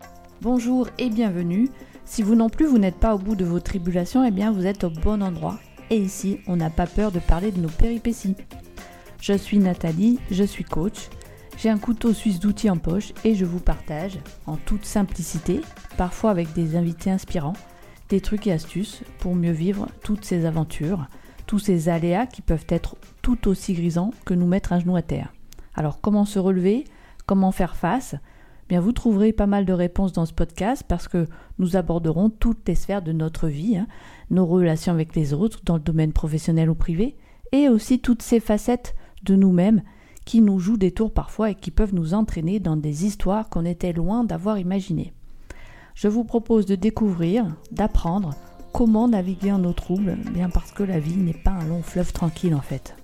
Bonjour et bienvenue. Si vous non plus vous n'êtes pas au bout de vos tribulations, eh bien vous êtes au bon endroit. Et ici, on n'a pas peur de parler de nos péripéties. Je suis Nathalie, je suis coach. J'ai un couteau suisse d'outils en poche et je vous partage, en toute simplicité, parfois avec des invités inspirants, des trucs et astuces pour mieux vivre toutes ces aventures, tous ces aléas qui peuvent être tout aussi grisants que nous mettre un genou à terre. Alors comment se relever ? Comment faire face ? Bien, vous trouverez pas mal de réponses dans ce podcast parce que nous aborderons toutes les sphères de notre vie, nos relations avec les autres dans le domaine professionnel ou privé, et aussi toutes ces facettes de nous-mêmes qui nous jouent des tours parfois et qui peuvent nous entraîner dans des histoires qu'on était loin d'avoir imaginées. Je vous propose de découvrir, d'apprendre comment naviguer en eau trouble, bien parce que la vie n'est pas un long fleuve tranquille en fait.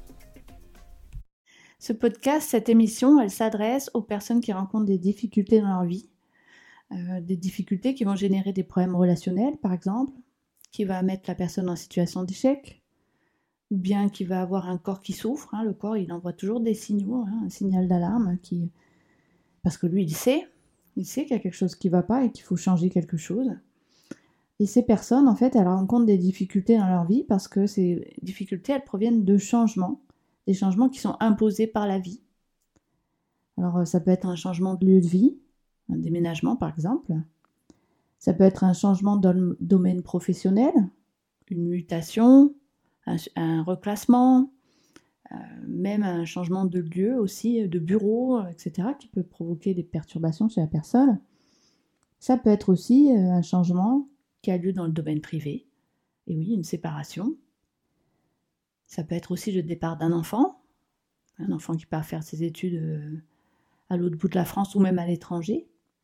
Ce podcast, cette émission, elle s'adresse aux personnes qui rencontrent des difficultés dans leur vie, des difficultés qui vont générer des problèmes relationnels, par exemple, qui va mettre la personne en situation d'échec, ou bien qui va avoir un corps qui souffre. Le corps, il envoie toujours des signaux, un signal d'alarme, parce que lui, il sait qu'il y a quelque chose qui ne va pas et qu'il faut changer quelque chose. Et ces personnes, en fait, elles rencontrent des difficultés dans leur vie parce que ces difficultés, elles proviennent de changements. Des changements qui sont imposés par la vie. Alors ça peut être un changement de lieu de vie, un déménagement par exemple. Ça peut être un changement dans le domaine professionnel, une mutation, un reclassement, même un changement de lieu aussi, de bureau, etc. qui peut provoquer des perturbations chez la personne. Ça peut être aussi un changement qui a lieu dans le domaine privé. Et oui, une séparation. Ça peut être aussi le départ d'un enfant qui part faire ses études à l'autre bout de la France ou même à l'étranger.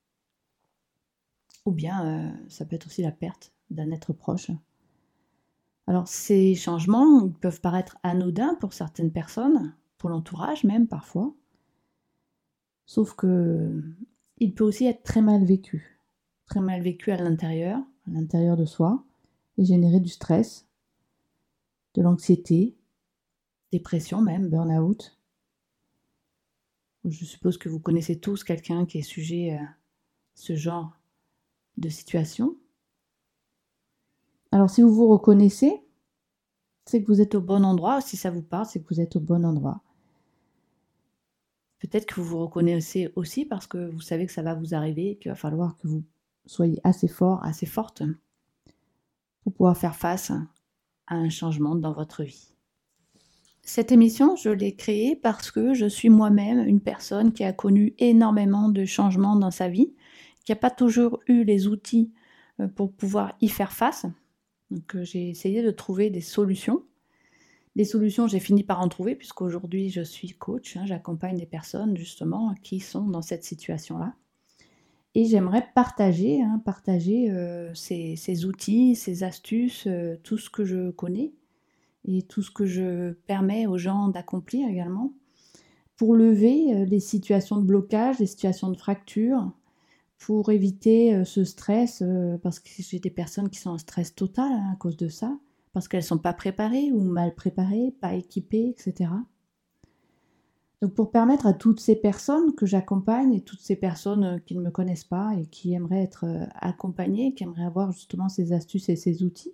Ou bien ça peut être aussi la perte d'un être proche. Alors ces changements, ils peuvent paraître anodins pour certaines personnes, pour l'entourage même parfois. Sauf que il peut aussi être très mal vécu à l'intérieur de soi, et générer du stress, de l'anxiété, dépression même, burn-out. Je suppose que vous connaissez tous quelqu'un qui est sujet à ce genre de situation. Alors si vous vous reconnaissez, c'est que vous êtes au bon endroit. Si ça vous parle, c'est que vous êtes au bon endroit. Peut-être que vous vous reconnaissez aussi parce que vous savez que ça va vous arriver, qu'il va falloir que vous soyez assez fort, assez forte pour pouvoir faire face à un changement dans votre vie. Cette émission, je l'ai créée parce que je suis moi-même une personne qui a connu énormément de changements dans sa vie, qui n'a pas toujours eu les outils pour pouvoir y faire face. Donc j'ai essayé de trouver des solutions. Des solutions, j'ai fini par en trouver puisqu'aujourd'hui je suis coach, j'accompagne des personnes justement qui sont dans cette situation-là. Et j'aimerais partager ces outils, ces astuces, tout ce que je connais et tout ce que je permets aux gens d'accomplir également pour lever les situations de blocage, les situations de fracture, pour éviter ce stress, parce que j'ai des personnes qui sont en stress total à cause de ça, parce qu'elles ne sont pas préparées ou mal préparées, pas équipées, etc. Donc pour permettre à toutes ces personnes que j'accompagne et toutes ces personnes qui ne me connaissent pas et qui aimeraient être accompagnées, qui aimeraient avoir justement ces astuces et ces outils.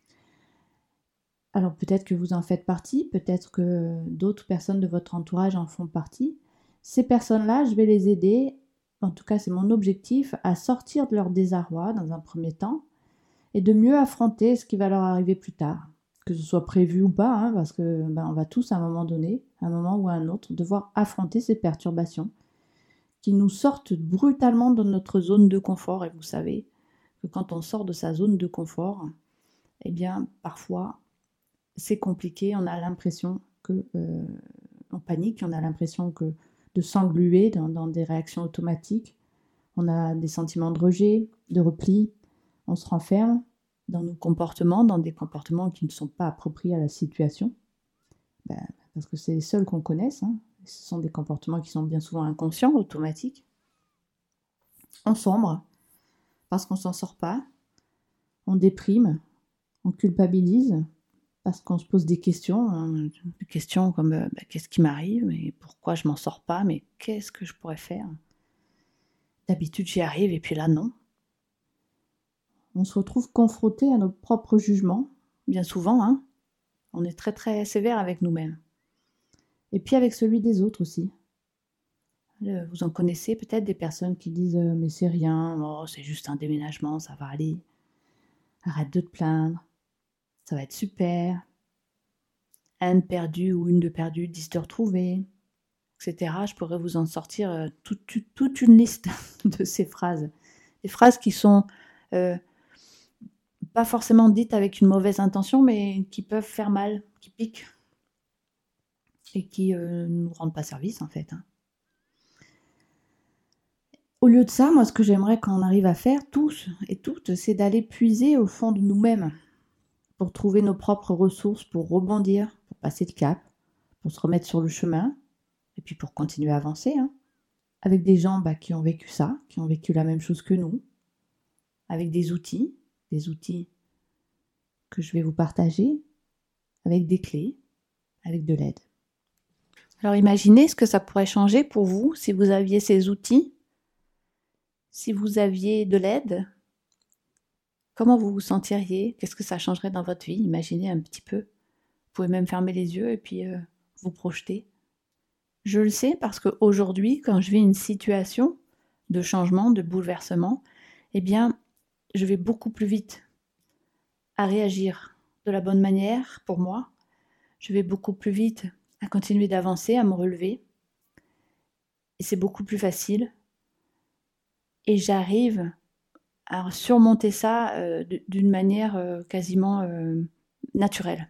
Alors peut-être que vous en faites partie, peut-être que d'autres personnes de votre entourage en font partie. Ces personnes-là, je vais les aider, en tout cas c'est mon objectif, à sortir de leur désarroi dans un premier temps et de mieux affronter ce qui va leur arriver plus tard. Que ce soit prévu ou pas, parce que on va tous à un moment donné, à un moment ou à un autre, devoir affronter ces perturbations qui nous sortent brutalement de notre zone de confort. Et vous savez que quand on sort de sa zone de confort, eh bien parfois c'est compliqué, on a l'impression on panique, on a l'impression de s'engluer dans des réactions automatiques, on a des sentiments de rejet, de repli, on se renferme dans nos comportements, dans des comportements qui ne sont pas appropriés à la situation, parce que c'est les seuls qu'on connaisse, ce sont des comportements qui sont bien souvent inconscients, automatiques. On sombre, parce qu'on ne s'en sort pas, on déprime, on culpabilise, parce qu'on se pose des questions, des questions comme qu'est-ce qui m'arrive, mais pourquoi je m'en sors pas, mais qu'est-ce que je pourrais faire ? d'habitude j'y arrive et puis là non. On se retrouve confronté à nos propres jugements, bien souvent, hein. On est très très sévère avec nous-mêmes. Et puis avec celui des autres aussi. Vous en connaissez peut-être des personnes qui disent mais c'est rien, oh, c'est juste un déménagement, ça va aller. Arrête de te plaindre, ça va être super. Un perdu ou une de perdue, 10 de retrouvés, etc. Je pourrais vous en sortir toute une liste de ces phrases. Des phrases qui sont pas forcément dites avec une mauvaise intention, mais qui peuvent faire mal, qui piquent et qui ne nous rendent pas service en fait. Au lieu de ça, moi ce que j'aimerais qu'on arrive à faire tous et toutes, c'est d'aller puiser au fond de nous-mêmes pour trouver nos propres ressources, pour rebondir, pour passer le cap, pour se remettre sur le chemin et puis pour continuer à avancer, hein, avec des gens qui ont vécu ça, qui ont vécu la même chose que nous, avec des outils que je vais vous partager, avec des clés, avec de l'aide. Alors imaginez ce que ça pourrait changer pour vous si vous aviez ces outils, si vous aviez de l'aide. Comment vous vous sentiriez? Qu'est-ce que ça changerait dans votre vie? Imaginez un petit peu. Vous pouvez même fermer les yeux et puis vous projeter. Je le sais parce qu'aujourd'hui, quand je vis une situation de changement, de bouleversement, eh bien, je vais beaucoup plus vite à réagir de la bonne manière pour moi. Je vais beaucoup plus vite à continuer d'avancer, à me relever. Et c'est beaucoup plus facile. Et j'arrive à surmonter ça d'une manière quasiment naturelle.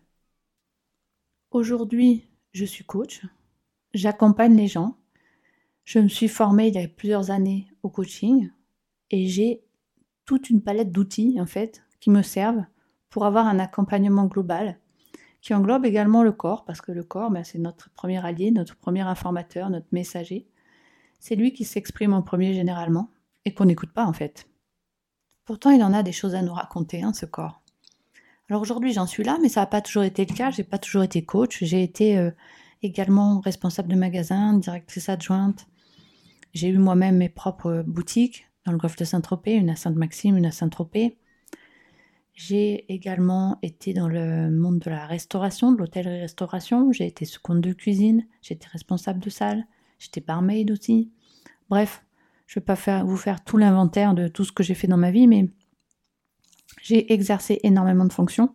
Aujourd'hui, je suis coach. J'accompagne les gens. Je me suis formée il y a plusieurs années au coaching et j'ai toute une palette d'outils en fait qui me servent pour avoir un accompagnement global qui englobe également le corps parce que le corps, c'est notre premier allié, notre premier informateur, notre messager. C'est lui qui s'exprime en premier généralement et qu'on n'écoute pas en fait. Pourtant, il en a des choses à nous raconter, ce corps. Alors aujourd'hui, j'en suis là, mais ça n'a pas toujours été le cas. Je n'ai pas toujours été coach. J'ai été également responsable de magasin, directrice adjointe. J'ai eu moi-même mes propres boutiques dans le golfe de Saint-Tropez, une à Sainte-Maxime, une à Saint-Tropez. J'ai également été dans le monde de la restauration, de l'hôtellerie-restauration. J'ai été seconde de cuisine, j'ai été responsable de salle, j'étais barmaid aussi. Bref, je ne vais pas vous faire tout l'inventaire de tout ce que j'ai fait dans ma vie, mais j'ai exercé énormément de fonctions.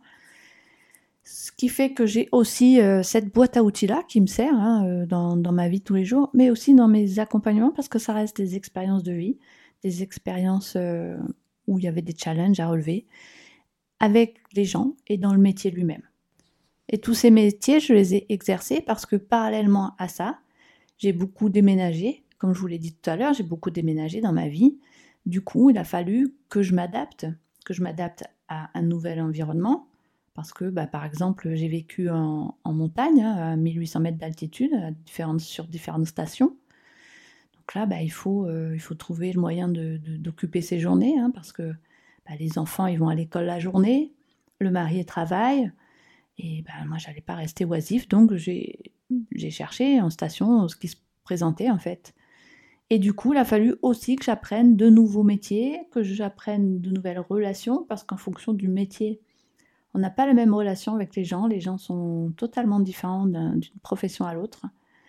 Ce qui fait que j'ai aussi cette boîte à outils-là qui me sert dans ma vie de tous les jours, mais aussi dans mes accompagnements parce que ça reste des expériences de vie, des expériences où il y avait des challenges à relever avec les gens et dans le métier lui-même. Et tous ces métiers, je les ai exercés parce que parallèlement à ça, j'ai beaucoup déménagé. Comme je vous l'ai dit tout à l'heure, j'ai beaucoup déménagé dans ma vie. Du coup, il a fallu que je m'adapte à un nouvel environnement. Parce que, par exemple, j'ai vécu en montagne, à 1800 mètres d'altitude, sur différentes stations. Donc là, il faut trouver le moyen d'occuper ses journées, parce que les enfants, ils vont à l'école la journée, le mari travaille, et moi, je n'allais pas rester oisif, donc j'ai cherché en station ce qui se présentait, en fait. Et du coup, il a fallu aussi que j'apprenne de nouveaux métiers, que j'apprenne de nouvelles relations, parce qu'en fonction du métier, on n'a pas la même relation avec les gens sont totalement différents d'une profession à l'autre.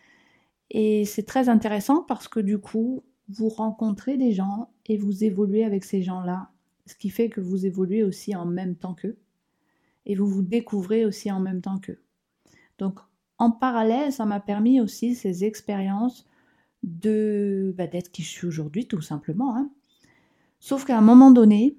Et c'est très intéressant parce que du coup, vous rencontrez des gens et vous évoluez avec ces gens-là, ce qui fait que vous évoluez aussi en même temps qu'eux et vous vous découvrez aussi en même temps qu'eux. Donc, en parallèle, ça m'a permis aussi ces expériences d'être qui je suis aujourd'hui, tout simplement. Sauf qu'à un moment donné,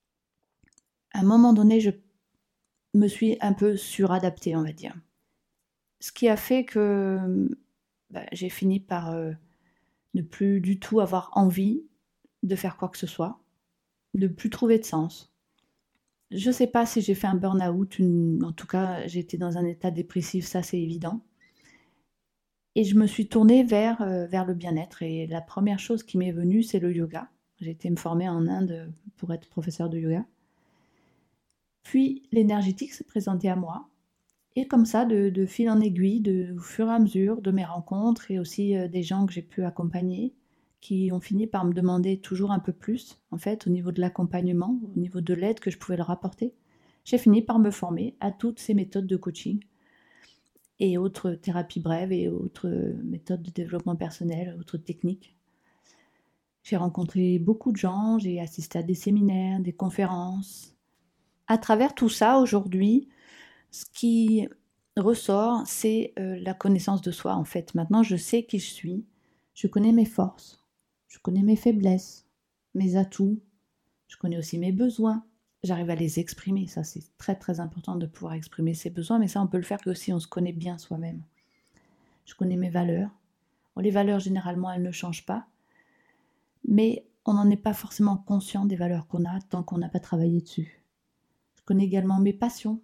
je me suis un peu suradaptée, on va dire. Ce qui a fait que j'ai fini par ne plus du tout avoir envie de faire quoi que ce soit, de plus trouver de sens. Je ne sais pas si j'ai fait un burn-out, en tout cas j'ai été dans un état dépressif, ça c'est évident. Et je me suis tournée vers le bien-être et la première chose qui m'est venue, c'est le yoga. J'ai été me former en Inde pour être professeure de yoga. Puis l'énergétique s'est présentée à moi. Et comme ça, de fil en aiguille, au fur et à mesure de mes rencontres et aussi des gens que j'ai pu accompagner, qui ont fini par me demander toujours un peu plus, en fait, au niveau de l'accompagnement, au niveau de l'aide que je pouvais leur apporter. J'ai fini par me former à toutes ces méthodes de coaching et autres thérapies brèves et autres méthodes de développement personnel, autres techniques. J'ai rencontré beaucoup de gens, j'ai assisté à des séminaires, des conférences. À travers tout ça, aujourd'hui, ce qui ressort, c'est la connaissance de soi, en fait. Maintenant, je sais qui je suis, je connais mes forces, je connais mes faiblesses, mes atouts, je connais aussi mes besoins. J'arrive à les exprimer, ça c'est très très important de pouvoir exprimer ses besoins, mais ça on peut le faire que si on se connaît bien soi-même. Je connais mes valeurs. Bon, les valeurs généralement elles ne changent pas, mais on n'en est pas forcément conscient des valeurs qu'on a tant qu'on n'a pas travaillé dessus. Je connais également mes passions.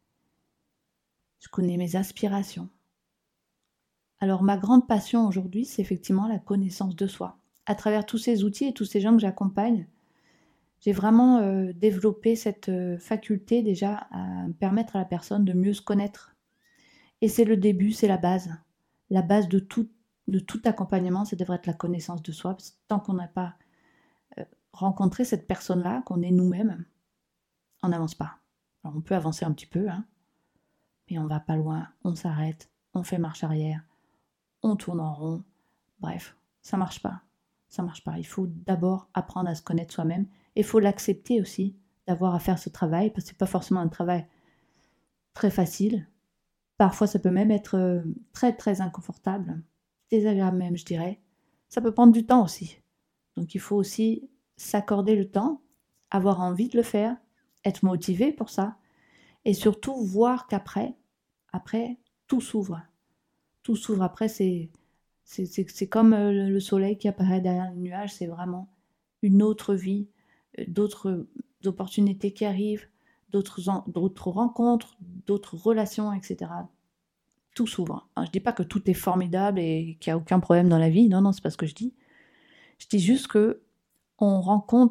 Je connais mes aspirations. Alors ma grande passion aujourd'hui, c'est effectivement la connaissance de soi. À travers tous ces outils et tous ces gens que j'accompagne, j'ai vraiment développé cette faculté déjà à permettre à la personne de mieux se connaître. Et c'est le début, c'est la base. La base de tout accompagnement, ça devrait être la connaissance de soi. Parce que tant qu'on n'a pas rencontré cette personne-là, qu'on est nous-mêmes, on n'avance pas. Alors on peut avancer un petit peu, mais on va pas loin, on s'arrête, on fait marche arrière, on tourne en rond. Bref, ça marche pas. Ça marche pas. Il faut d'abord apprendre à se connaître soi-même. Et il faut l'accepter aussi d'avoir à faire ce travail, parce que c'est pas forcément un travail très facile. Parfois, ça peut même être très, très inconfortable, désagréable même, je dirais. Ça peut prendre du temps aussi. Donc, il faut aussi s'accorder le temps, avoir envie de le faire, être motivé pour ça, et surtout voir qu'après, tout s'ouvre. Tout s'ouvre. Après, c'est comme le soleil qui apparaît derrière les nuages, c'est vraiment une autre vie, d'autres opportunités qui arrivent, d'autres rencontres, d'autres relations, etc. Tout s'ouvre. Alors, je ne dis pas que tout est formidable et qu'il n'y a aucun problème dans la vie, non, c'est pas ce que je dis. Je dis juste que on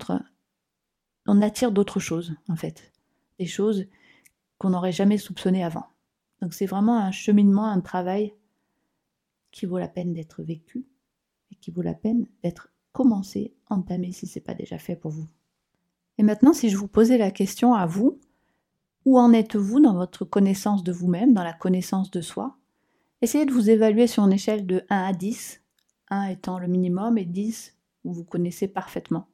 attire d'autres choses, en fait. Des choses qu'on n'aurait jamais soupçonnées avant. Donc c'est vraiment un cheminement, un travail qui vaut la peine d'être vécu et qui vaut la peine d'être commencé, entamé si ce n'est pas déjà fait pour vous. Et maintenant, si je vous posais la question à vous, où en êtes-vous dans votre connaissance de vous-même, dans la connaissance de soi? Essayez de vous évaluer sur une échelle de 1 à 10, 1 étant le minimum et 10 où vous connaissez parfaitement.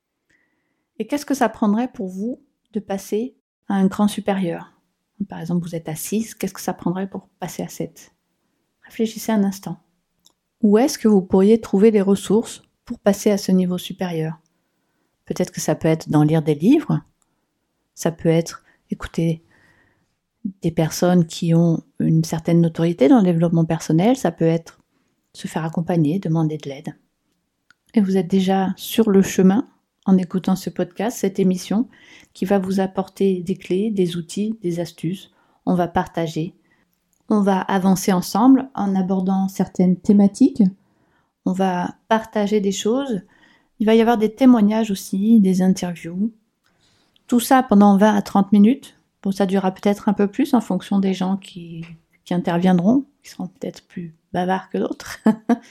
Et qu'est-ce que ça prendrait pour vous de passer à un cran supérieur? Par exemple, vous êtes à 6, qu'est-ce que ça prendrait pour passer à 7? Réfléchissez un instant. Où est-ce que vous pourriez trouver les ressources pour passer à ce niveau supérieur? Peut-être que ça peut être d'en lire des livres, ça peut être écouter des personnes qui ont une certaine notoriété dans le développement personnel, ça peut être se faire accompagner, demander de l'aide. Et vous êtes déjà sur le chemin en écoutant ce podcast, cette émission qui va vous apporter des clés, des outils, des astuces. On va partager, on va avancer ensemble en abordant certaines thématiques, on va partager des choses. Il va y avoir des témoignages aussi, des interviews. Tout ça pendant 20 à 30 minutes. Bon, ça durera peut-être un peu plus en fonction des gens qui interviendront, qui seront peut-être plus bavards que d'autres.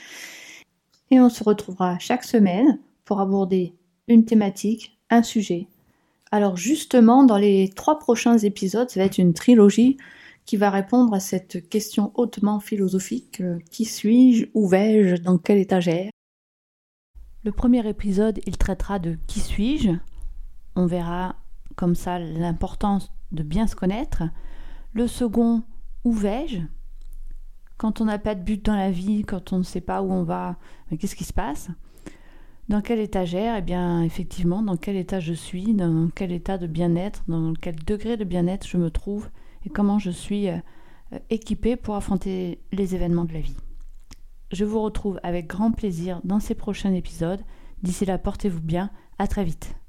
Et on se retrouvera chaque semaine pour aborder une thématique, un sujet. Alors justement, dans les 3 prochains épisodes, ça va être une trilogie qui va répondre à cette question hautement philosophique. Qui suis-je? Où vais-je? Dans quelle étagère? Le premier épisode, il traitera de qui suis-je. On verra comme ça l'importance de bien se connaître. Le second, où vais-je? Quand on n'a pas de but dans la vie, quand on ne sait pas où on va, qu'est-ce qui se passe? Dans quelle étagère? Eh bien, effectivement, dans quel état je suis, dans quel état de bien-être, dans quel degré de bien-être je me trouve et comment je suis équipée pour affronter les événements de la vie. Je vous retrouve avec grand plaisir dans ces prochains épisodes. D'ici là, portez-vous bien. À très vite.